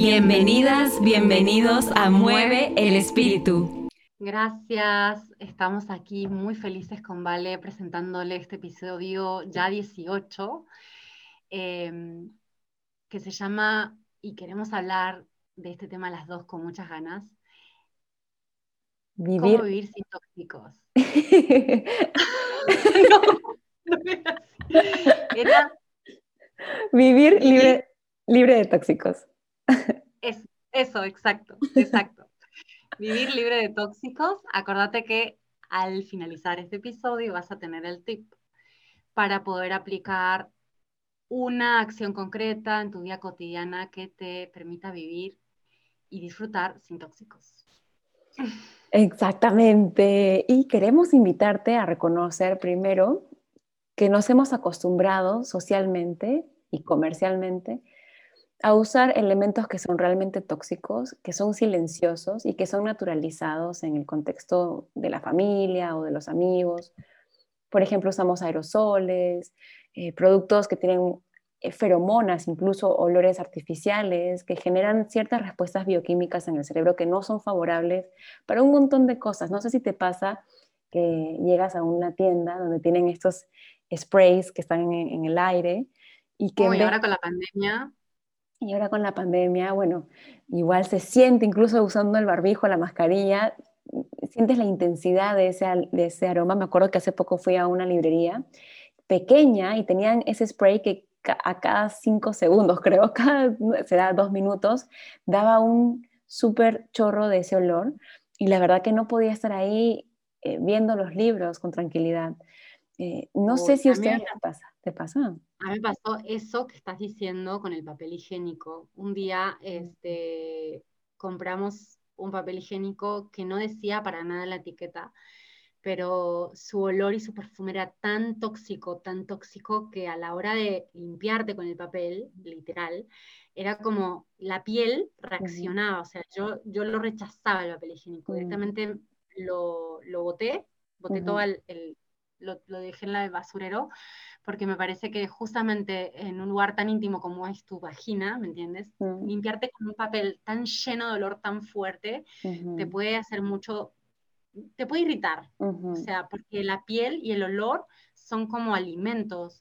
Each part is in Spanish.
Bienvenidas, bienvenidos a Mueve el Espíritu. Gracias, estamos aquí muy felices con Vale presentándole este episodio ya 18, que se llama, y queremos hablar de este tema las dos con muchas ganas, ¿cómo Vivir. vivir sin tóxicos? No, no era así. Era Vivir vivir, libre de tóxicos. eso, exacto, exacto. Vivir libre de tóxicos. Acordate que al finalizar este episodio vas a tener el tip para poder aplicar una acción concreta en tu vida cotidiana que te permita vivir y disfrutar sin tóxicos. Exactamente. Y queremos invitarte a reconocer primero que nos hemos acostumbrado socialmente y comercialmente a usar elementos que son realmente tóxicos, que son silenciosos y que son naturalizados en el contexto de la familia o de los amigos. Por ejemplo, usamos aerosoles, productos que tienen feromonas, incluso olores artificiales, que generan ciertas respuestas bioquímicas en el cerebro que no son favorables para un montón de cosas. No sé si te pasa que llegas a una tienda donde tienen estos sprays que están en el aire y que en Uy, vez... ahora con la pandemia. Y ahora con la pandemia, bueno, igual se siente, incluso usando el barbijo, la mascarilla, sientes la intensidad de ese aroma. Me acuerdo que hace poco fui a una librería pequeña y tenían ese spray que a cada 5 segundos, creo, será 2 minutos, daba un súper chorro de ese olor y la verdad que no podía estar ahí viendo los libros con tranquilidad. No sé Uy, si a ustedes les pasa. ¿Te pasa? a mí me pasó eso que estás diciendo con el papel higiénico. Un día compramos un papel higiénico que no decía para nada en la etiqueta, pero su olor y su perfume era tan tóxico que a la hora de limpiarte con el papel, literal, era como la piel Ujú, reaccionaba, o sea, yo lo rechazaba el papel higiénico, ujú, directamente lo boté todo ujú, lo dejé en el basurero, porque me parece que justamente en un lugar tan íntimo como es tu vagina, ¿me entiendes? ujú, Limpiarte con un papel tan lleno de olor tan fuerte te ujú, puede hacer mucho, te puede irritar, o ujú, sea, porque la piel y el olor son como alimentos.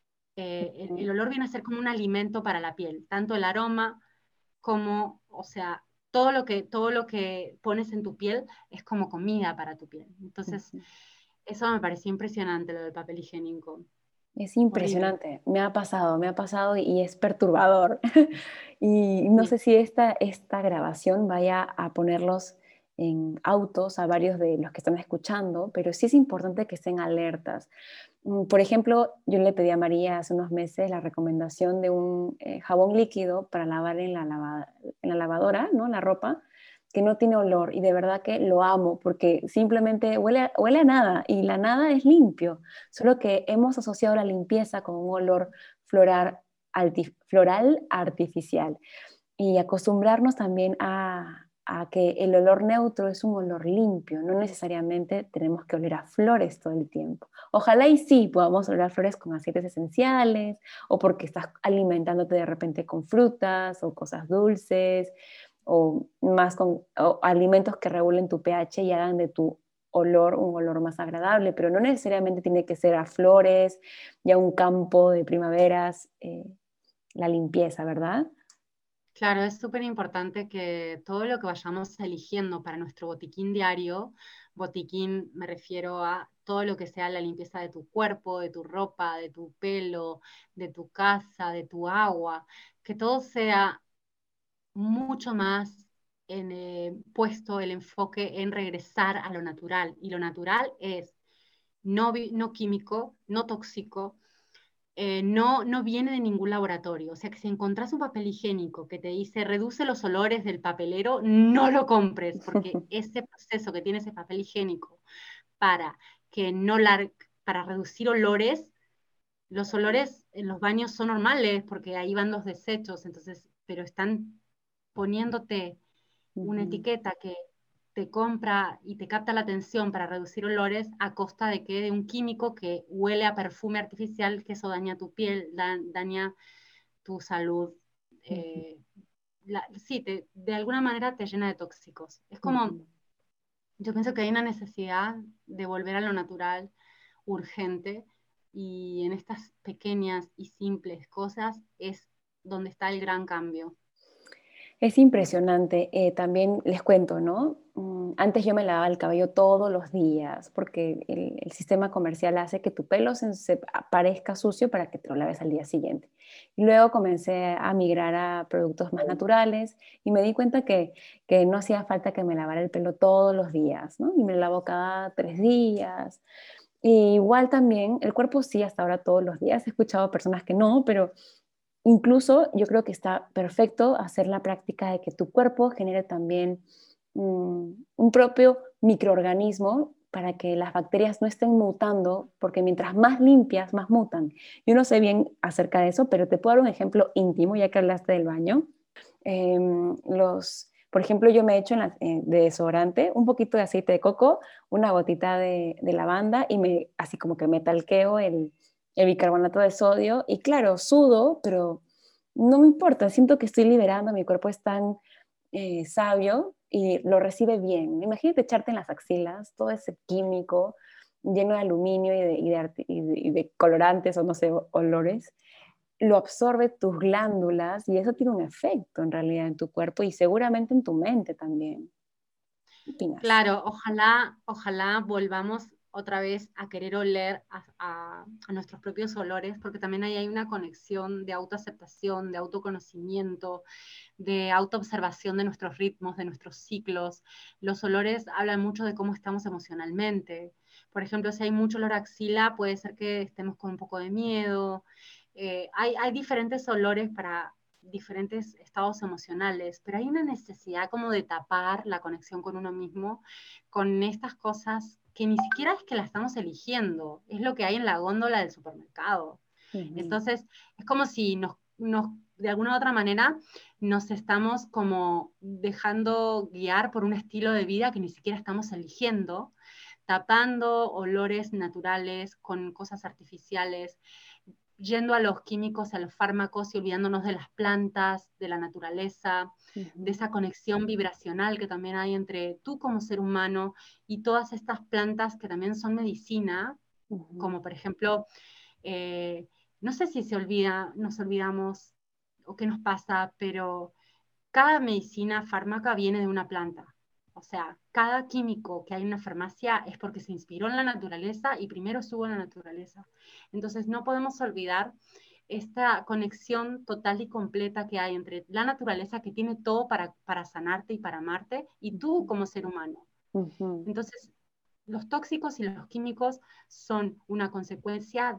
El ujú. olor viene a ser como un alimento para la piel, tanto el aroma como, o sea, todo lo que pones en tu piel es como comida para tu piel. Entonces, Ujú. eso me pareció impresionante, lo del papel higiénico. Es Horrible. impresionante, me ha pasado y es perturbador. Y no Sí. sé si esta grabación vaya a ponerlos en autos a varios de los que están escuchando, pero sí es importante que estén alertas. Por ejemplo, yo le pedí a María hace unos meses la recomendación de un jabón líquido para lavar en la lavadora, ¿no? La ropa, que no tiene olor y de verdad que lo amo porque simplemente huele a nada y la nada es limpio, solo que hemos asociado la limpieza con un olor floral, floral artificial y acostumbrarnos también a que el olor neutro es un olor limpio, no necesariamente tenemos que oler a flores todo el tiempo. Ojalá y sí podamos oler a flores con aceites esenciales o porque estás alimentándote de repente con frutas o cosas dulces o más con o alimentos que regulen tu pH y hagan de tu olor un olor más agradable, pero no necesariamente tiene que ser a flores y a un campo de primaveras, la limpieza, ¿verdad? Claro, es súper importante que todo lo que vayamos eligiendo para nuestro botiquín diario, botiquín me refiero a todo lo que sea la limpieza de tu cuerpo, de tu ropa, de tu pelo, de tu casa, de tu agua, que todo sea mucho más puesto el enfoque en regresar a lo natural. Y lo natural es no químico, no tóxico, no viene de ningún laboratorio. O sea que si encontrás un papel higiénico que te dice reduce los olores del papelero, no lo compres, porque ese proceso que tiene ese papel higiénico para que no lar- para reducir olores, los olores en los baños son normales porque ahí van los desechos, entonces, pero están poniéndote una Ujú, etiqueta que te compra y te capta la atención para reducir olores a costa de que de un químico que huele a perfume artificial, que eso daña tu piel, daña tu salud ujú. eh, sí, de alguna manera te llena de tóxicos. Es como, yo pienso que hay una necesidad de volver a lo natural urgente y en estas pequeñas y simples cosas es donde está el gran cambio. Es impresionante. También les cuento, ¿no? Antes yo me lavaba el cabello todos los días porque el sistema comercial hace que tu pelo se parezca sucio para que te lo laves al día siguiente. Y luego comencé a migrar a productos más naturales y me di cuenta que no hacía falta que me lavara el pelo todos los días, ¿no? Y me lo lavo cada 3 días. Y igual también el cuerpo sí, hasta ahora todos los días. He escuchado personas que no, pero incluso yo creo que está perfecto hacer la práctica de que tu cuerpo genere también un propio microorganismo para que las bacterias no estén mutando, porque mientras más limpias, más mutan. Yo no sé bien acerca de eso, pero te puedo dar un ejemplo íntimo, ya que hablaste del baño. Por ejemplo, yo me he hecho de desodorante un poquito de aceite de coco, una gotita de lavanda y así como que me talqueo el bicarbonato de sodio y claro, sudo, pero no me importa, siento que estoy liberando, mi cuerpo es tan sabio y lo recibe bien. Imagínate echarte en las axilas todo ese químico lleno de aluminio y de colorantes o no sé, olores, lo absorbe tus glándulas y eso tiene un efecto en realidad en tu cuerpo y seguramente en tu mente también. ¿Qué opinas? Claro, ojalá volvamos otra vez a querer oler a nuestros propios olores, porque también ahí hay una conexión de autoaceptación, de autoconocimiento, de autoobservación de nuestros ritmos, de nuestros ciclos. Los olores hablan mucho de cómo estamos emocionalmente. Por ejemplo, si hay mucho olor a axila, puede ser que estemos con un poco de miedo. Hay diferentes olores para diferentes estados emocionales, pero hay una necesidad como de tapar la conexión con uno mismo con estas cosas que ni siquiera es que la estamos eligiendo, es lo que hay en la góndola del supermercado. Ujú. Entonces, es como si de alguna u otra manera, nos estamos como dejando guiar por un estilo de vida que ni siquiera estamos eligiendo, tapando olores naturales con cosas artificiales, yendo a los químicos, a los fármacos y olvidándonos de las plantas, de la naturaleza, de Ujú. esa conexión vibracional que también hay entre tú como ser humano y todas estas plantas que también son medicina, Ujú. como por ejemplo, eh, no sé si nos olvidamos o qué nos pasa, pero cada medicina fármaca viene de una planta. O sea, cada químico que hay en una farmacia es porque se inspiró en la naturaleza y primero estuvo en la naturaleza. Entonces, no podemos olvidar esta conexión total y completa que hay entre la naturaleza que tiene todo para sanarte y para amarte y tú como ser humano. Ujú. Entonces, los tóxicos y los químicos son una consecuencia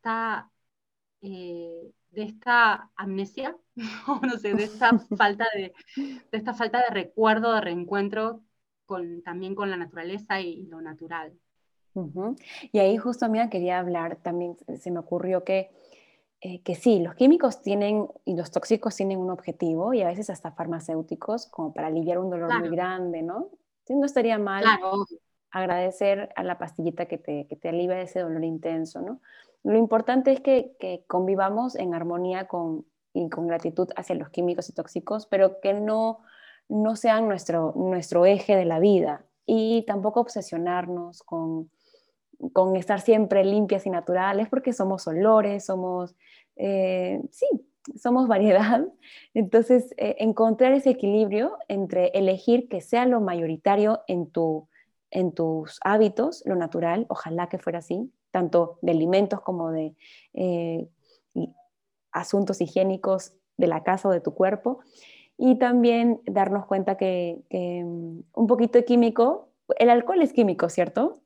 de esta amnesia, o no sé, de esta falta de recuerdo, de reencuentro también con la naturaleza y lo natural. Ujú. Y ahí justo, amiga, quería hablar, también se me ocurrió que sí, los químicos tienen y los tóxicos tienen un objetivo y a veces hasta farmacéuticos como para aliviar un dolor muy Claro, grande, ¿no? Sí, no estaría mal claro, agradecer a la pastillita que te alivia ese dolor intenso, ¿no? Lo importante es que convivamos en armonía y con gratitud hacia los químicos y tóxicos, pero que no sean nuestro eje de la vida y tampoco obsesionarnos con estar siempre limpias y naturales, porque somos olores, sí, somos variedad. Entonces, encontrar ese equilibrio entre elegir que sea lo mayoritario en tus hábitos, lo natural, ojalá que fuera así, tanto de alimentos como de eh, asuntos higiénicos de la casa o de tu cuerpo, y también darnos cuenta que un poquito de químico, el alcohol es químico, ¿cierto?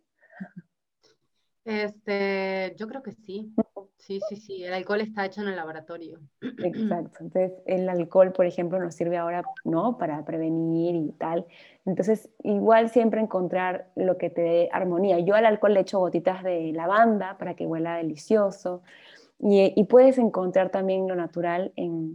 yo creo que sí. Sí, sí, sí, el alcohol está hecho en el laboratorio. Exacto. Entonces, el alcohol, por ejemplo, nos sirve ahora, ¿no? Para prevenir y tal. Entonces, igual siempre encontrar lo que te dé armonía. Yo al alcohol le echo gotitas de lavanda para que huela delicioso. Y puedes encontrar también lo natural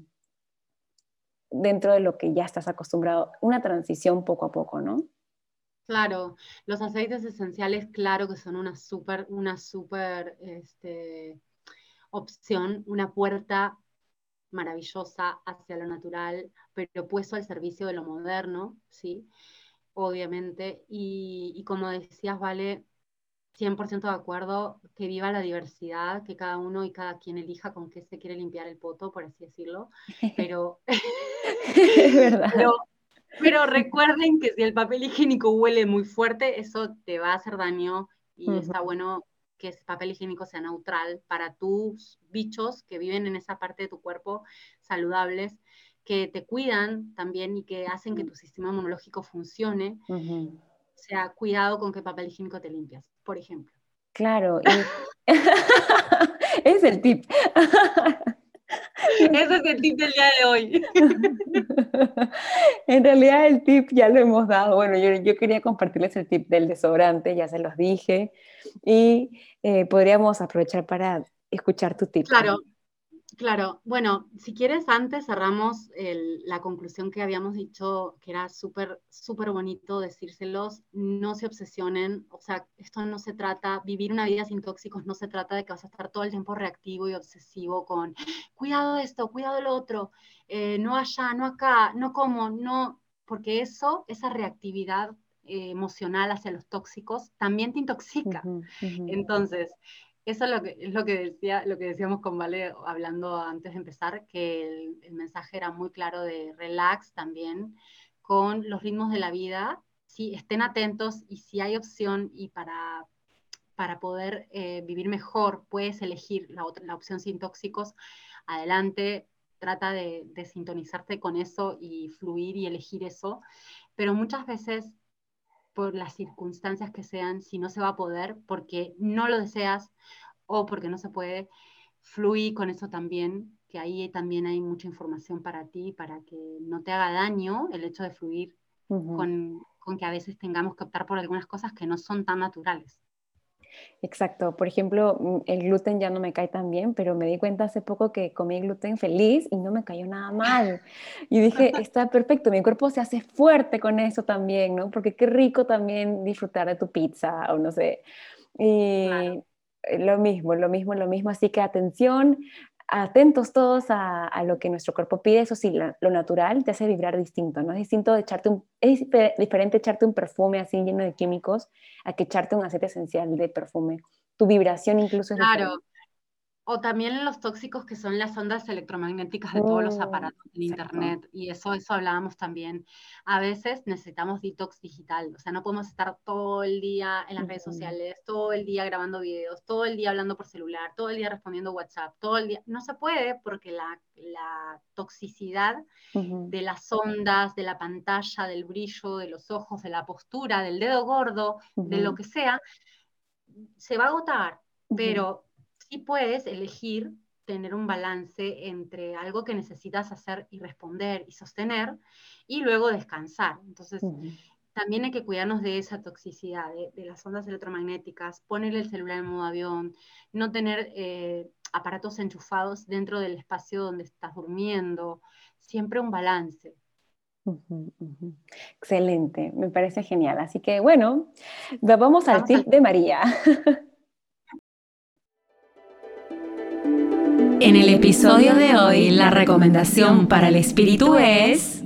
dentro de lo que ya estás acostumbrado. Una transición poco a poco, ¿no? Claro, los aceites esenciales, claro que son una súper opción, una puerta maravillosa hacia lo natural, pero puesto al servicio de lo moderno, ¿sí? Obviamente, y como decías, Vale, 100% de acuerdo, que viva la diversidad, que cada uno y cada quien elija con qué se quiere limpiar el poto, por así decirlo, pero, Es verdad. pero, pero recuerden que si el papel higiénico huele muy fuerte, eso te va a hacer daño y Ujú, está bueno que ese papel higiénico sea neutral para tus bichos que viven en esa parte de tu cuerpo saludables, que te cuidan también y que hacen que tu sistema inmunológico funcione. ujú. O sea, cuidado con qué papel higiénico te limpias, por ejemplo. Claro, y es el tip. Ese es el tip del día de hoy. En realidad el tip ya lo hemos dado. Bueno, yo quería compartirles el tip del desodorante, ya se los dije, y podríamos aprovechar para escuchar tu tip Claro, también. claro. Bueno, si quieres, antes cerramos la conclusión que habíamos dicho, que era súper, súper bonito decírselos. No se obsesionen, o sea, esto no se trata, vivir una vida sin tóxicos no se trata de que vas a estar todo el tiempo reactivo y obsesivo con cuidado esto, cuidado lo otro, no allá, no acá, no como, no, porque eso, esa reactividad emocional hacia los tóxicos también te intoxica. Ujú, ujú, Entonces, eso es lo que decía, lo que decíamos con Vale hablando antes de empezar, que el mensaje era muy claro de relax también con los ritmos de la vida. Sí, estén atentos y si hay opción y para poder vivir mejor, puedes elegir la opción sin tóxicos, adelante, trata de sintonizarte con eso y fluir y elegir eso, pero muchas veces por las circunstancias que sean, si no se va a poder, porque no lo deseas o porque no se puede, fluir con eso también, que ahí también hay mucha información para ti, para que no te haga daño el hecho de fluir ujú. con que a veces tengamos que optar por algunas cosas que no son tan naturales. Exacto. Por ejemplo, el gluten ya no me cae tan bien, pero me di cuenta hace poco que comí gluten feliz y no me cayó nada mal. Y dije, está perfecto, mi cuerpo se hace fuerte con eso también, ¿no? Porque qué rico también disfrutar de tu pizza o no sé. Claro. Y lo mismo, lo mismo, lo mismo. Así que atención, atentos todos a lo que nuestro cuerpo pide. Eso sí, lo natural te hace vibrar distinto, ¿no? Es distinto de echarte es diferente echarte un perfume así lleno de químicos a que echarte un aceite esencial de perfume. Tu vibración incluso es Claro, diferente. o también los tóxicos que son las ondas electromagnéticas de todos los Mm, aparatos en exacto. internet, y eso hablábamos también. A veces necesitamos detox digital, o sea, no podemos estar todo el día en las redes Ujú, sociales, todo el día grabando videos, todo el día hablando por celular, todo el día respondiendo WhatsApp, todo el día. No se puede porque la toxicidad ujú, de las ondas, de la pantalla, del brillo, de los ojos, de la postura, del dedo gordo, de lo ujú, que sea, se va a agotar, ujú, pero sí puedes elegir tener un balance entre algo que necesitas hacer y responder y sostener y luego descansar. Entonces, ujú. también hay que cuidarnos de esa toxicidad, de las ondas electromagnéticas, ponerle el celular en modo avión, no tener aparatos enchufados dentro del espacio donde estás durmiendo, siempre un balance. Ujú, ujú. Excelente, me parece genial. Así que bueno, vamos al Vamos tip al de María. En el episodio de hoy, la recomendación para el espíritu es...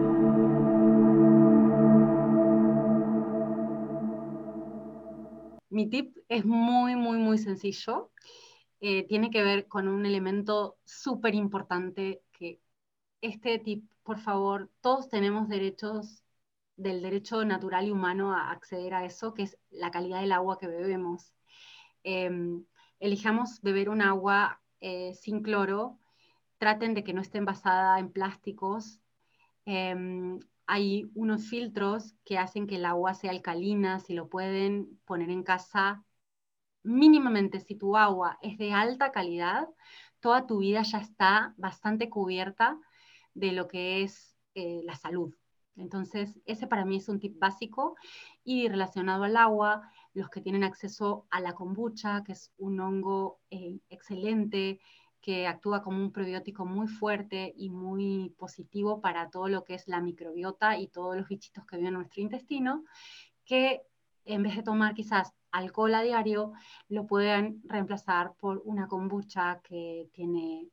Mi tip es muy, muy, muy sencillo. Tiene que ver con un elemento súper importante que este tip, por favor, todos tenemos derechos del derecho natural y humano a acceder a eso, que es la calidad del agua que bebemos. Eh, Elijamos beber un agua sin cloro, traten de que no esté envasada en plásticos. Eh, Hay unos filtros que hacen que el agua sea alcalina, si lo pueden poner en casa mínimamente, si tu agua es de alta calidad, toda tu vida ya está bastante cubierta de lo que es la salud. Entonces, ese para mí es un tip básico y relacionado al agua, los que tienen acceso a la kombucha, que es un hongo excelente, que actúa como un probiótico muy fuerte y muy positivo para todo lo que es la microbiota y todos los bichitos que viven en nuestro intestino, que en vez de tomar quizás alcohol a diario, lo pueden reemplazar por una kombucha que tiene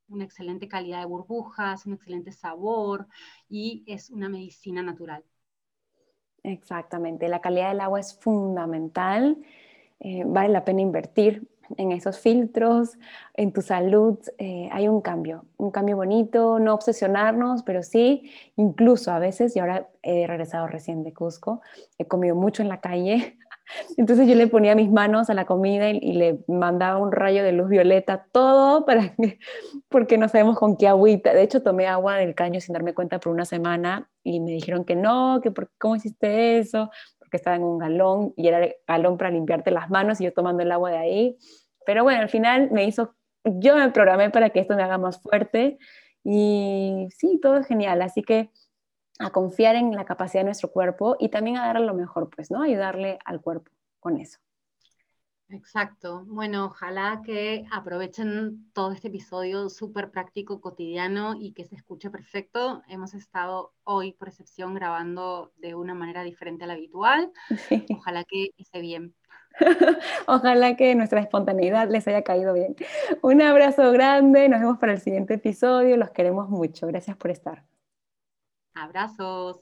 una excelente calidad de burbujas, un excelente sabor y es una medicina natural. Exactamente, la calidad del agua es fundamental, vale la pena invertir en esos filtros, en tu salud. Hay un cambio bonito, no obsesionarnos, pero sí, incluso a veces, y ahora he regresado recién de Cusco, he comido mucho en la calle. Entonces yo le ponía mis manos a la comida y le mandaba un rayo de luz violeta, todo porque no sabemos con qué agüita. De hecho, tomé agua del caño sin darme cuenta por una semana y me dijeron que no, ¿cómo hiciste eso? Porque estaba en un galón y era el galón para limpiarte las manos y yo tomando el agua de ahí. Pero bueno, al final yo me programé para que esto me haga más fuerte y sí, todo es genial. Así que a confiar en la capacidad de nuestro cuerpo y también a darle lo mejor, pues, ¿no? Ayudarle al cuerpo con eso. Exacto. Bueno, ojalá que aprovechen todo este episodio súper práctico, cotidiano y que se escuche perfecto. Hemos estado hoy, por excepción, grabando de una manera diferente a la habitual. Sí. Ojalá que esté bien. Ojalá que nuestra espontaneidad les haya caído bien. Un abrazo grande, nos vemos para el siguiente episodio, los queremos mucho. Gracias por estar. Abrazos.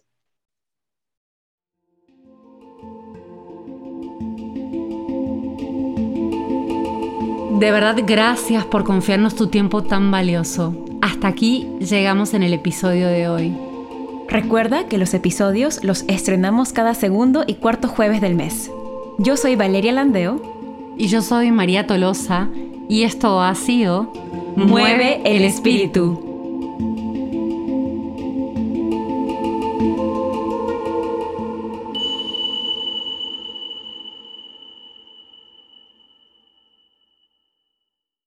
De verdad, gracias por confiarnos tu tiempo tan valioso. Hasta aquí llegamos en el episodio de hoy. Recuerda que los episodios los estrenamos cada segundo y cuarto jueves del mes. Yo soy Valeria Landeo. Y yo soy María Tolosa. Y esto ha sido Mueve el Espíritu.